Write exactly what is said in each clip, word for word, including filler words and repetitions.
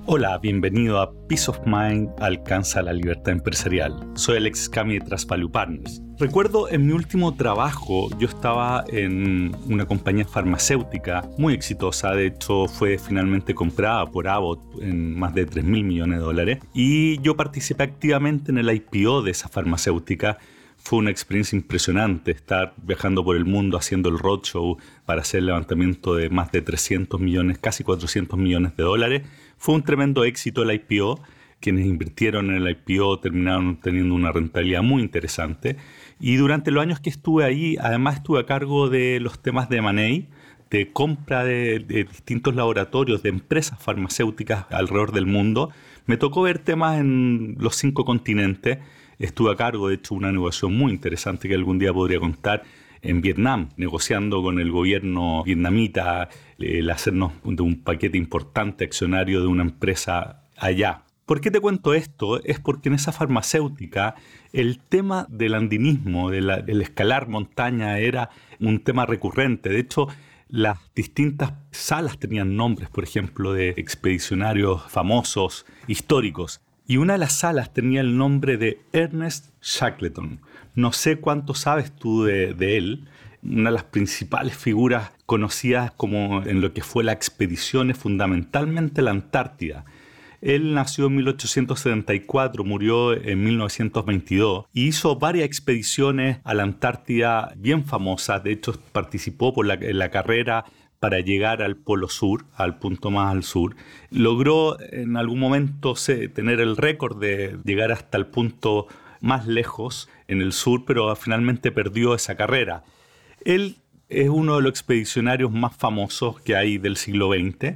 Hola, bienvenido a Peace of Mind alcanza la libertad empresarial. Soy Alexis Cami de Trustvalue Partners. Recuerdo en mi último trabajo, yo estaba en una compañía farmacéutica muy exitosa, de hecho fue finalmente comprada por Abbott en más de tres mil millones de dólares, y yo participé activamente en el I P O de esa farmacéutica. Fue una experiencia impresionante estar viajando por el mundo haciendo el roadshow para hacer el levantamiento de más de trescientos millones, casi cuatrocientos millones de dólares. Fue un tremendo éxito el I P O. Quienes invirtieron en el I P O terminaron teniendo una rentabilidad muy interesante. Y durante los años que estuve ahí, además estuve a cargo de los temas de M and A, de compra de, de distintos laboratorios, de empresas farmacéuticas alrededor del mundo. Me tocó ver temas en los cinco continentes. Estuve a cargo, de hecho, una negociación muy interesante que algún día podría contar en Vietnam, negociando con el gobierno vietnamita el hacernos de un paquete importante accionario de una empresa allá. ¿Por qué te cuento esto? Es porque en esa farmacéutica el tema del andinismo, de la, del escalar montaña, era un tema recurrente. De hecho, las distintas salas tenían nombres, por ejemplo, de expedicionarios famosos, históricos. Y una de las salas tenía el nombre de Ernest Shackleton. No sé cuánto sabes tú de, de él. Una de las principales figuras conocidas como en lo que fue la expedición es fundamentalmente la Antártida. Él nació en mil ochocientos setenta y cuatro, murió en mil novecientos veintidós y hizo varias expediciones a la Antártida bien famosas. De hecho, participó por la, en la carrera para llegar al Polo Sur, al punto más al sur. Logró en algún momento sé, tener el récord de llegar hasta el punto más lejos en el sur, pero finalmente perdió esa carrera. Él es uno de los expedicionarios más famosos que hay del siglo veinte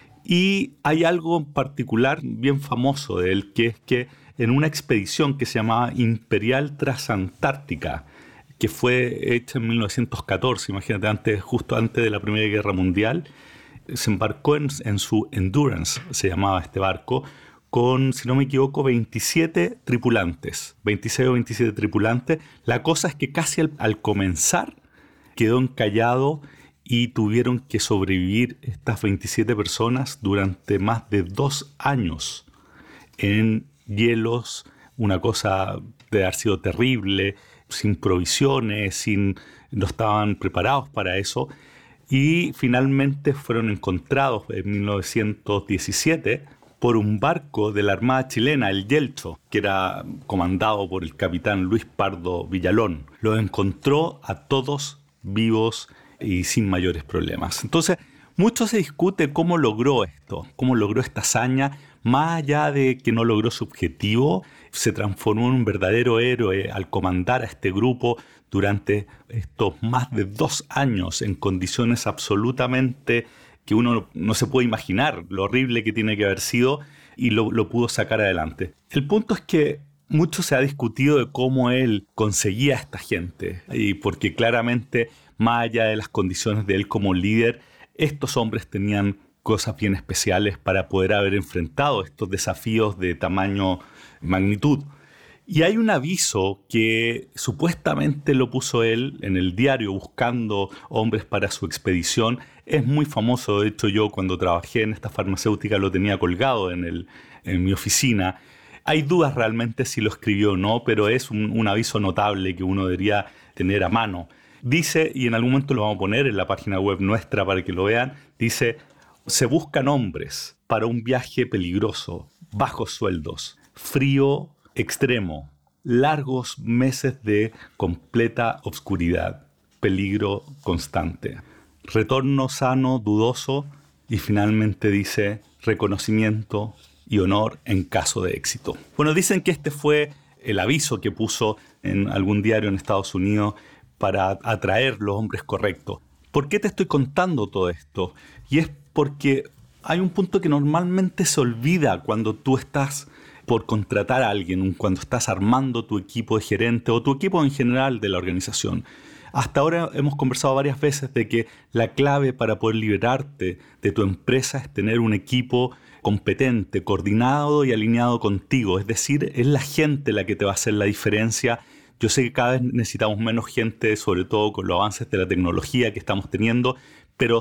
y hay algo en particular bien famoso de él, que es que en una expedición que se llamaba Imperial Transantártica, que fue hecha en mil novecientos catorce, imagínate, antes, justo antes de la Primera Guerra Mundial, se embarcó en, en su Endurance, se llamaba este barco, con, si no me equivoco, veintisiete tripulantes, veintiséis o veintisiete tripulantes. La cosa es que casi al, al comenzar quedó encallado y tuvieron que sobrevivir estas veintisiete personas durante más de dos años en hielos, una cosa de haber sido terrible, sin provisiones, sin, no estaban preparados para eso, y finalmente fueron encontrados en mil novecientos diecisiete por un barco de la Armada chilena, el Yelcho, que era comandado por el capitán Luis Pardo Villalón. Los encontró a todos vivos y sin mayores problemas. Entonces, mucho se discute cómo logró esto, cómo logró esta hazaña. Más allá de que no logró su objetivo, se transformó en un verdadero héroe al comandar a este grupo durante estos más de dos años en condiciones absolutamente que uno no se puede imaginar lo horrible que tiene que haber sido, y lo, lo pudo sacar adelante. El punto es que mucho se ha discutido de cómo él conseguía a esta gente, y porque claramente, más allá de las condiciones de él como líder, estos hombres tenían cosas bien especiales para poder haber enfrentado estos desafíos de tamaño magnitud. Y hay un aviso que supuestamente lo puso él en el diario buscando hombres para su expedición. Es muy famoso, de hecho yo cuando trabajé en esta farmacéutica lo tenía colgado en, el, en mi oficina. Hay dudas realmente si lo escribió o no, pero es un, un aviso notable que uno debería tener a mano. Dice, y en algún momento lo vamos a poner en la página web nuestra para que lo vean, dice: se buscan hombres para un viaje peligroso, bajos sueldos, frío extremo, largos meses de completa oscuridad, peligro constante, retorno sano, dudoso, y finalmente dice reconocimiento y honor en caso de éxito. Bueno, dicen que este fue el aviso que puso en algún diario en Estados Unidos para atraer los hombres correctos. ¿Por qué te estoy contando todo esto? Y es porque hay un punto que normalmente se olvida cuando tú estás por contratar a alguien, cuando estás armando tu equipo de gerente o tu equipo en general de la organización. Hasta ahora hemos conversado varias veces de que la clave para poder liberarte de tu empresa es tener un equipo competente, coordinado y alineado contigo. Es decir, es la gente la que te va a hacer la diferencia. Yo sé que cada vez necesitamos menos gente, sobre todo con los avances de la tecnología que estamos teniendo, pero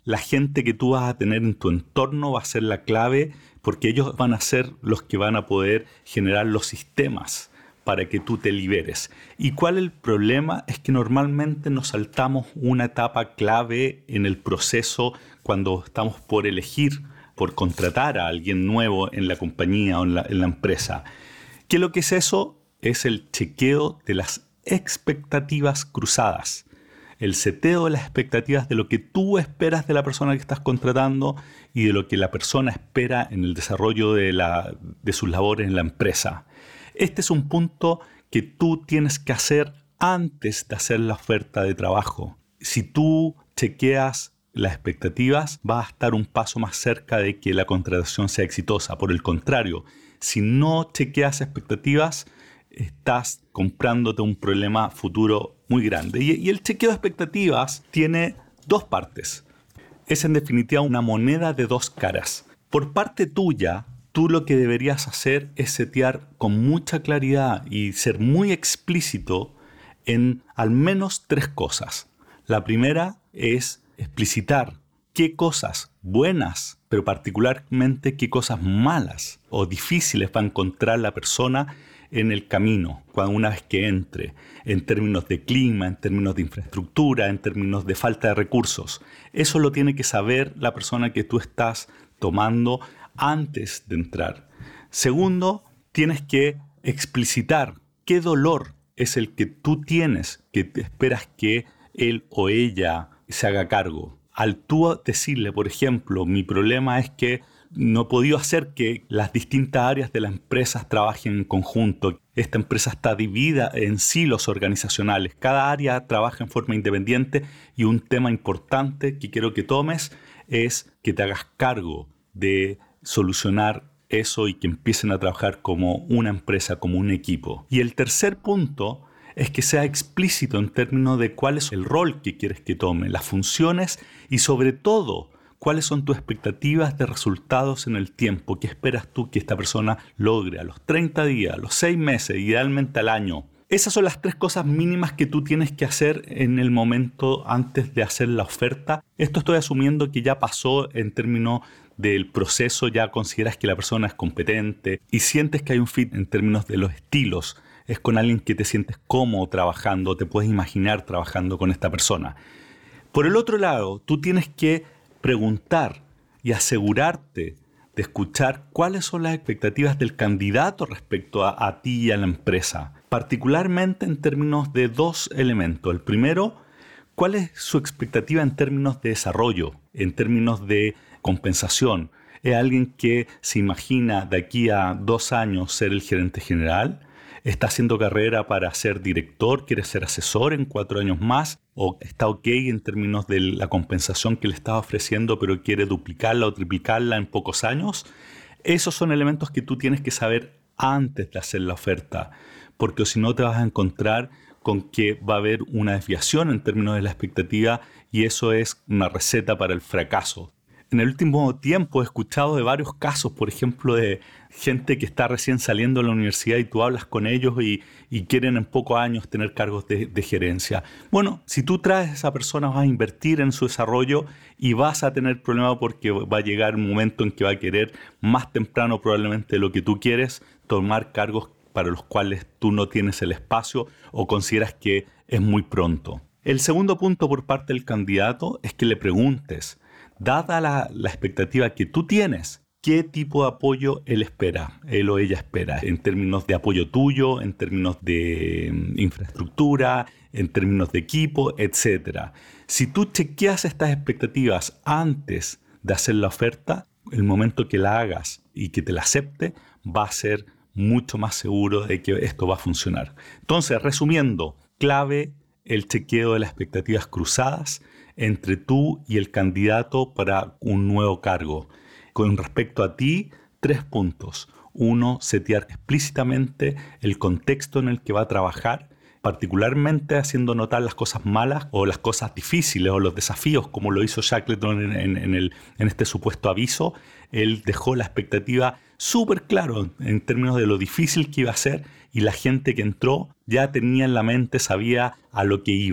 la gente que tú vas a tener en tu entorno va a ser la clave, porque ellos van a ser los que van a poder generar los sistemas para que tú te liberes. ¿Y cuál es el problema? Es que normalmente nos saltamos una etapa clave en el proceso cuando estamos por elegir, por contratar a alguien nuevo en la compañía o en la, en la empresa. ¿Qué es lo que es eso? Es el chequeo de las expectativas cruzadas. El seteo de las expectativas de lo que tú esperas de la persona que estás contratando y de lo que la persona espera en el desarrollo de, la, de sus labores en la empresa. Este es un punto que tú tienes que hacer antes de hacer la oferta de trabajo. Si tú chequeas las expectativas, vas a estar un paso más cerca de que la contratación sea exitosa. Por el contrario, si no chequeas expectativas, estás comprándote un problema futuro muy grande. Y, y el chequeo de expectativas tiene dos partes. Es en definitiva una moneda de dos caras. Por parte tuya, tú lo que deberías hacer es setear con mucha claridad y ser muy explícito en al menos tres cosas. La primera es explicitar qué cosas buenas, pero particularmente qué cosas malas o difíciles va a encontrar la persona en el camino, cuando una vez que entre, en términos de clima, en términos de infraestructura, en términos de falta de recursos. Eso lo tiene que saber la persona que tú estás tomando antes de entrar. Segundo, tienes que explicitar qué dolor es el que tú tienes, que te esperas que él o ella se haga cargo. Al tú decirle, por ejemplo, mi problema es que no he podido hacer que las distintas áreas de las empresas trabajen en conjunto. Esta empresa está dividida en silos organizacionales. Cada área trabaja en forma independiente y un tema importante que quiero que tomes es que te hagas cargo de solucionar eso y que empiecen a trabajar como una empresa, como un equipo. Y el tercer punto es que sea explícito en términos de cuál es el rol que quieres que tome, las funciones y sobre todo cuáles son tus expectativas de resultados en el tiempo. ¿Qué esperas tú que esta persona logre a los treinta días, a los seis meses, idealmente al año? Esas son las tres cosas mínimas que tú tienes que hacer en el momento antes de hacer la oferta. Esto estoy asumiendo que ya pasó en términos del proceso, ya consideras que la persona es competente y sientes que hay un fit en términos de los estilos. Es con alguien que te sientes cómodo trabajando, te puedes imaginar trabajando con esta persona. Por el otro lado, tú tienes que preguntar y asegurarte de escuchar cuáles son las expectativas del candidato respecto a, a ti y a la empresa, particularmente en términos de dos elementos. El primero, cuál es su expectativa en términos de desarrollo, en términos de compensación. ¿Es alguien que se imagina de aquí a dos años ser el gerente general? ¿Está haciendo carrera para ser director? ¿Quiere ser asesor en cuatro años más? ¿O está ok en términos de la compensación que le está ofreciendo, pero quiere duplicarla o triplicarla en pocos años? Esos son elementos que tú tienes que saber antes de hacer la oferta, porque si no te vas a encontrar con que va a haber una desviación en términos de la expectativa y eso es una receta para el fracaso. En el último tiempo he escuchado de varios casos, por ejemplo, de gente que está recién saliendo de la universidad y tú hablas con ellos y, y quieren en pocos años tener cargos de, de gerencia. Bueno, si tú traes a esa persona vas a invertir en su desarrollo y vas a tener problemas porque va a llegar un momento en que va a querer más temprano probablemente de lo que tú quieres tomar cargos para los cuales tú no tienes el espacio o consideras que es muy pronto. El segundo punto por parte del candidato es que le preguntes, dada la, la expectativa que tú tienes, ¿qué tipo de apoyo él espera, él o ella espera? En términos de apoyo tuyo, en términos de um, infraestructura, en términos de equipo, etcétera. Si tú chequeas estas expectativas antes de hacer la oferta, el momento que la hagas y que te la acepte, va a ser mucho más seguro de que esto va a funcionar. Entonces, resumiendo, clave el chequeo de las expectativas cruzadas entre tú y el candidato para un nuevo cargo. Con respecto a ti, tres puntos. Uno, setear explícitamente el contexto en el que va a trabajar, particularmente haciendo notar las cosas malas o las cosas difíciles o los desafíos, como lo hizo Shackleton en, en, en, el, en este supuesto aviso. Él dejó la expectativa súper claro en términos de lo difícil que iba a ser y la gente que entró ya tenía en la mente, sabía a lo que iba.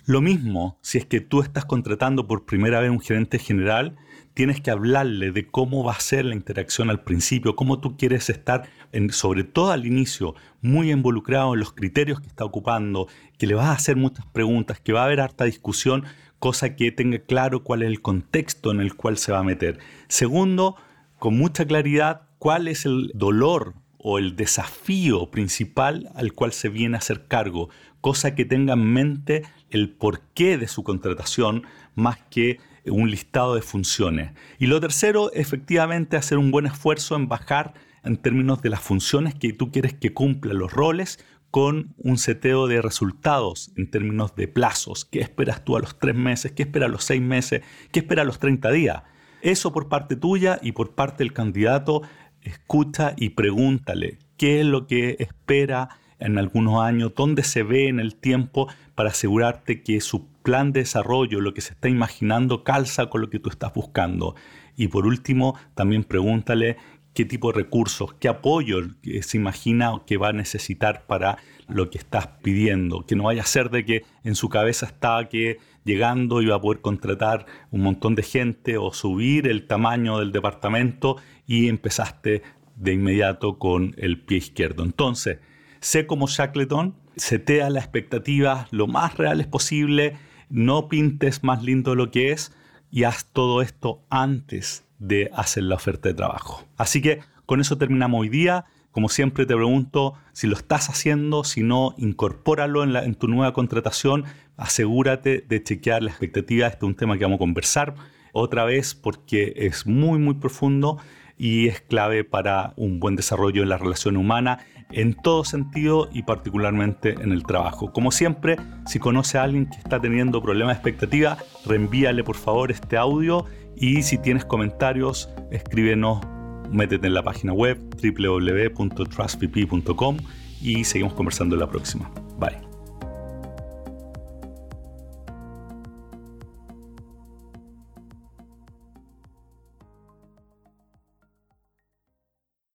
Lo mismo, si es que tú estás contratando por primera vez un gerente general, tienes que hablarle de cómo va a ser la interacción al principio, cómo tú quieres estar, en, sobre todo al inicio, muy involucrado en los criterios que está ocupando, que le vas a hacer muchas preguntas, que va a haber harta discusión, cosa que tenga claro cuál es el contexto en el cual se va a meter. Segundo, con mucha claridad, cuál es el dolor o el desafío principal al cual se viene a hacer cargo, cosa que tenga en mente el porqué de su contratación más que un listado de funciones. Y lo tercero, efectivamente, hacer un buen esfuerzo en bajar en términos de las funciones que tú quieres que cumplan los roles con un seteo de resultados en términos de plazos. ¿Qué esperas tú a los tres meses? ¿Qué esperas a los seis meses? ¿Qué esperas a los treinta días? Eso por parte tuya y por parte del candidato, escucha y pregúntale qué es lo que espera en algunos años, dónde se ve en el tiempo para asegurarte que su plan de desarrollo, lo que se está imaginando, calza con lo que tú estás buscando. Y por último, también pregúntale qué tipo de recursos, qué apoyo se imagina que va a necesitar para lo que estás pidiendo. Que no vaya a ser de que en su cabeza está que llegando iba a poder contratar un montón de gente o subir el tamaño del departamento y empezaste de inmediato con el pie izquierdo. Entonces, sé como Shackleton, setea las expectativas lo más reales posible, no pintes más lindo de lo que es y haz todo esto antes de hacer la oferta de trabajo. Así que con eso terminamos hoy día. Como siempre te pregunto si lo estás haciendo, si no, incorpóralo en, la, en tu nueva contratación. Asegúrate de chequear las expectativas. Este es un tema que vamos a conversar otra vez porque es muy, muy profundo y es clave para un buen desarrollo en la relación humana en todo sentido y particularmente en el trabajo. Como siempre, si conoce a alguien que está teniendo problemas de expectativa, reenvíale por favor este audio y si tienes comentarios, escríbenos, métete en la página web doble u doble u doble u punto trust v p punto com y seguimos conversando en la próxima. Bye.